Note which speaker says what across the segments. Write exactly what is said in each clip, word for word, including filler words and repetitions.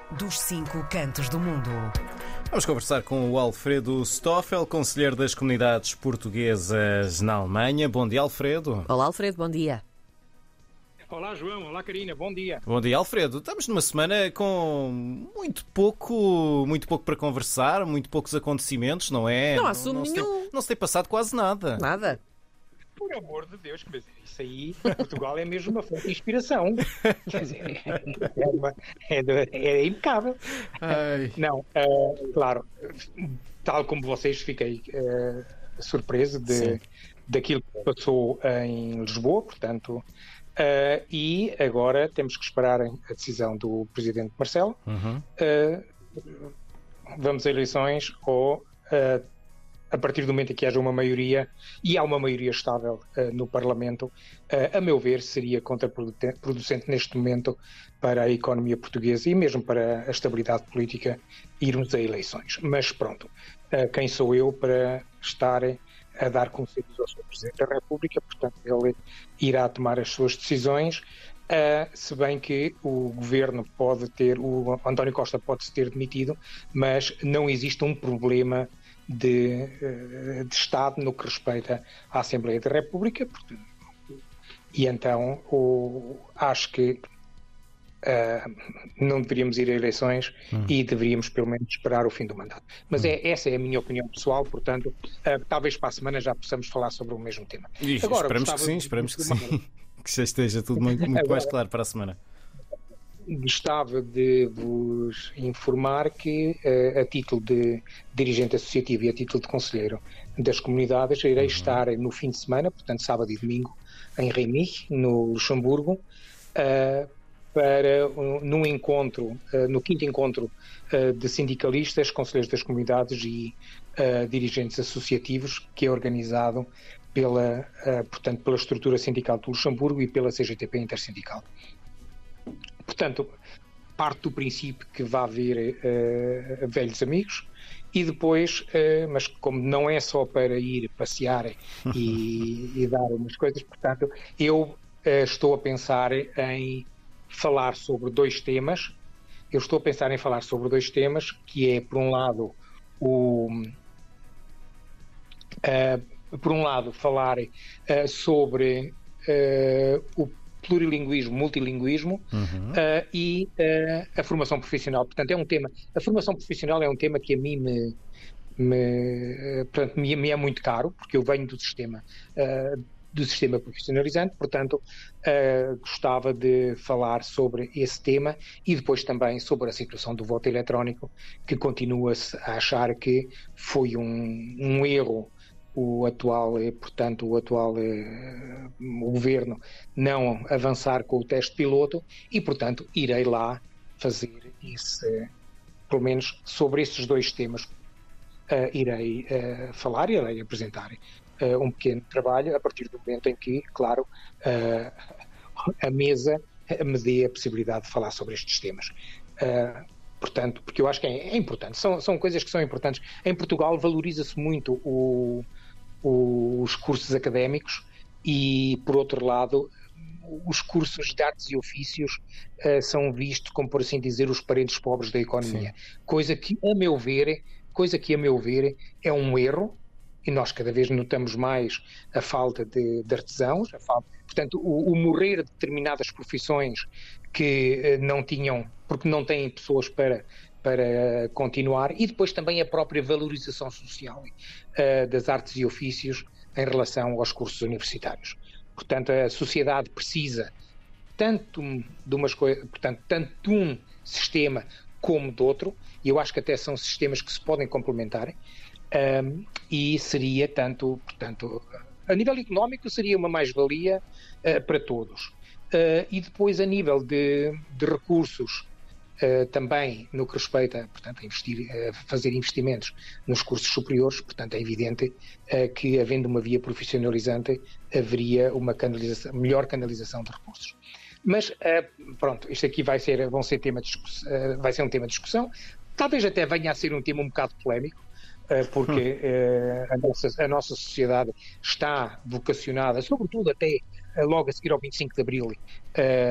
Speaker 1: dos cinco cantos do mundo.
Speaker 2: Vamos conversar com o Alfredo Stoffel, conselheiro das comunidades portuguesas na Alemanha. Bom dia, Alfredo.
Speaker 3: Olá, Alfredo, bom dia.
Speaker 4: Olá, João. Olá, Karina. Bom dia.
Speaker 2: Bom dia, Alfredo. Estamos numa semana com muito pouco, muito pouco para conversar, muito poucos acontecimentos, não é?
Speaker 3: Não há assunto
Speaker 2: não, não
Speaker 3: nenhum.
Speaker 2: Se tem, não se tem passado quase nada.
Speaker 3: Nada.
Speaker 4: Por amor de Deus, quer dizer, isso aí, Portugal é mesmo uma fonte de inspiração. Quer dizer, é, uma, é, de- é impecável.
Speaker 2: Ai.
Speaker 4: Não, eh, claro, tal como vocês, fiquei eh, surpreso
Speaker 2: Sim.
Speaker 4: de, daquilo que passou em Lisboa, portanto, eh, e agora temos que esperar a decisão do Presidente Marcelo.
Speaker 2: Uhum.
Speaker 4: Eh, vamos a eleições ou eh, a partir do momento em que haja uma maioria, e há uma maioria estável eh, no Parlamento, eh, a meu ver, seria contraproducente neste momento para a economia portuguesa e mesmo para a estabilidade política irmos a eleições. Mas pronto, eh, quem sou eu para estar a dar conselhos ao senhor Presidente da República? Portanto, ele irá tomar as suas decisões. Uh, se bem que o governo pode ter, o António Costa pode se ter demitido, mas não existe um problema de, uh, de Estado no que respeita à Assembleia da República. Portanto, e então o, acho que uh, não deveríamos ir a eleições
Speaker 2: Hum.
Speaker 4: e deveríamos pelo menos esperar o fim do mandato. Mas é, essa é a minha opinião pessoal, portanto, uh, talvez para a semana já possamos falar sobre o mesmo tema.
Speaker 2: E
Speaker 4: Agora,
Speaker 2: esperamos que
Speaker 4: gostava
Speaker 2: sim,
Speaker 4: de-
Speaker 2: esperamos que
Speaker 4: de uma-
Speaker 2: sim. Que já esteja tudo muito, muito
Speaker 4: Agora-
Speaker 2: mais claro para a semana.
Speaker 4: Gostava de vos informar que, eh, a título de dirigente associativo e a título de conselheiro das comunidades, irei estar no fim de semana, portanto sábado e domingo, em Reims, no Luxemburgo, eh, para um, num encontro, eh, no quinto encontro eh, de sindicalistas, conselheiros das comunidades e eh, dirigentes associativos, que é organizado pela, eh, portanto, pela estrutura sindical do Luxemburgo e pela C G T P Intersindical. Portanto, parte do princípio que vai haver eh, velhos amigos e depois, eh, mas como não é só para ir passear e, e dar umas coisas, portanto, eu eh, estou a pensar em falar sobre dois temas. Eu estou a pensar em falar sobre dois temas, que é, por um lado, o... eh, por um lado, falar eh, sobre eh, o plurilinguismo, multilinguismo
Speaker 2: Uhum.
Speaker 4: uh, e uh, a formação profissional. Portanto, é um tema, a formação profissional é um tema que a mim me, me, uh, portanto, me, me é muito caro, porque eu venho do sistema, uh, do sistema profissionalizante, portanto, uh, gostava de falar sobre esse tema e depois também sobre a situação do voto eletrónico, que continua-se a achar que foi um, um erro o atual, eh, portanto, o atual eh, o governo não avançar com o teste piloto e, portanto, irei lá fazer esse, pelo menos sobre esses dois temas, eh, irei eh, falar e irei apresentar eh, um pequeno trabalho a partir do momento em que, claro, eh, a mesa me dê a possibilidade de falar sobre estes temas. Eh, portanto, porque eu acho que é, é importante, são, são coisas que são importantes. Em Portugal valoriza-se muito o os cursos académicos e, por outro lado, os cursos de artes e ofícios uh, são vistos, como por assim dizer, os parentes pobres da economia.
Speaker 2: Sim.
Speaker 4: Coisa que, a meu ver, coisa que, a meu ver, é um erro, e nós cada vez notamos mais a falta de, de artesãos, a falta, portanto, o, o morrer de determinadas profissões que uh, não tinham, porque não têm pessoas para para continuar, e depois também a própria valorização social uh, das artes e ofícios em relação aos cursos universitários. Portanto, a sociedade precisa tanto de umas coisas, portanto, tanto de um sistema como de outro, e eu acho que até são sistemas que se podem complementar, um, e seria tanto, portanto, a nível económico seria uma mais-valia uh, para todos. Uh, e depois a nível de, de recursos, Uh, também no que respeita, portanto, a investir, uh, fazer investimentos nos cursos superiores, portanto, é evidente uh, que, havendo uma via profissionalizante, haveria uma canalização, melhor canalização de recursos. Mas, uh, pronto, isto aqui vai ser, vão ser tema de discussão, uh, vai ser um tema de discussão, talvez até venha a ser um tema um bocado polémico, uh, porque uh, a, nossa, a nossa sociedade está vocacionada, sobretudo até uh, logo a seguir ao vinte e cinco de Abril, uh,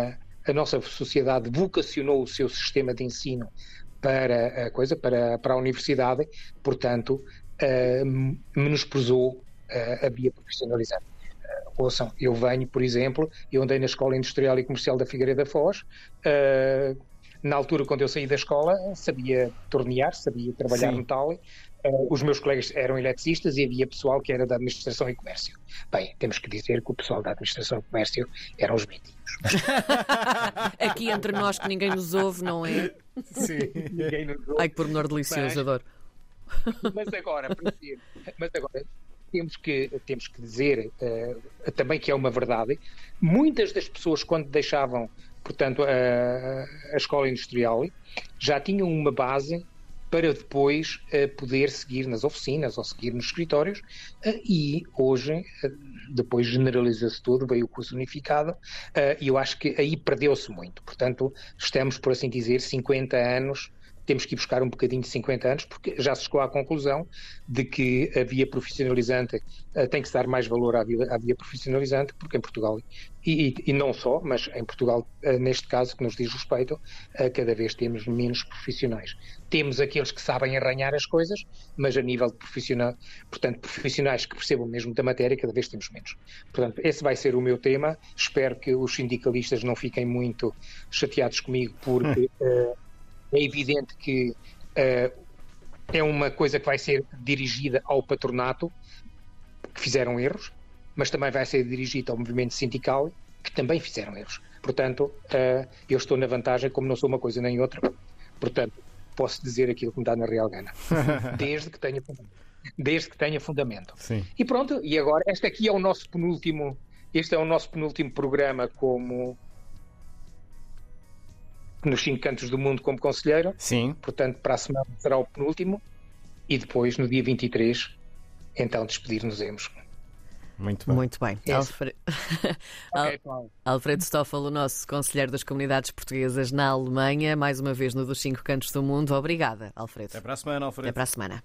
Speaker 4: a nossa sociedade vocacionou o seu sistema de ensino para a coisa, para, para a universidade, portanto, uh, menosprezou uh, a via profissionalizante. Uh, ouçam, eu venho, por exemplo, eu andei na Escola Industrial e Comercial da Figueira da Foz, uh, na altura, quando eu saí da escola, sabia tornear, sabia trabalhar
Speaker 2: Sim.
Speaker 4: metal, uh, os meus colegas eram eletricistas e havia pessoal que era da Administração e Comércio. Bem, temos que dizer que o pessoal da Administração e Comércio eram os mendigos.
Speaker 3: Aqui entre nós que ninguém nos ouve, não é?
Speaker 2: Sim.
Speaker 4: Ninguém nos ouve.
Speaker 3: Ai, que pormenor delicioso,
Speaker 4: Mas-
Speaker 3: adoro.
Speaker 4: Mas agora, por exemplo, mas agora temos que, temos que dizer uh, também que é uma verdade. Muitas das pessoas, quando deixavam, portanto, a, a escola industrial, já tinham uma base para depois uh, poder seguir nas oficinas ou seguir nos escritórios uh, e hoje, uh, depois generaliza-se tudo, veio o curso unificado uh, e eu acho que aí perdeu-se muito. Portanto, estamos, por assim dizer, cinquenta anos. Temos que ir buscar um bocadinho de cinquenta anos, porque já se chegou à conclusão de que a via profissionalizante uh, tem que se dar mais valor à via, à via profissionalizante, porque em Portugal, e, e, e não só, mas em Portugal, uh, neste caso que nos diz respeito, uh, cada vez temos menos profissionais. Temos aqueles que sabem arranhar as coisas, mas a nível de profissional, portanto, profissionais que percebam mesmo da matéria, cada vez temos menos. Portanto, esse vai ser o meu tema. Espero que os sindicalistas não fiquem muito chateados comigo, porque... Uh, É evidente que uh, é uma coisa que vai ser dirigida ao patronato, que fizeram erros, mas também vai ser dirigida ao movimento sindical, que também fizeram erros. Portanto, uh, eu estou na vantagem, como não sou uma coisa nem outra, portanto, posso dizer aquilo que me dá na real gana, desde que tenha fundamento. Desde que tenha fundamento.
Speaker 2: Sim.
Speaker 4: E pronto, e agora, este aqui é o nosso penúltimo, este é o nosso penúltimo programa como... nos cinco cantos do mundo como conselheiro.
Speaker 2: Sim.
Speaker 4: Portanto, para a semana será o penúltimo e depois, no dia vinte e três, então despedir-nos-emos.
Speaker 2: Muito bem.
Speaker 3: Muito bem.
Speaker 4: Esse.
Speaker 3: Alfre...
Speaker 4: Ok, Paulo.
Speaker 3: Alfredo Stoffel, o nosso conselheiro das comunidades portuguesas na Alemanha, mais uma vez no dos cinco cantos do mundo. Obrigada, Alfredo.
Speaker 2: Até para a semana, Alfredo.
Speaker 3: Até para a semana.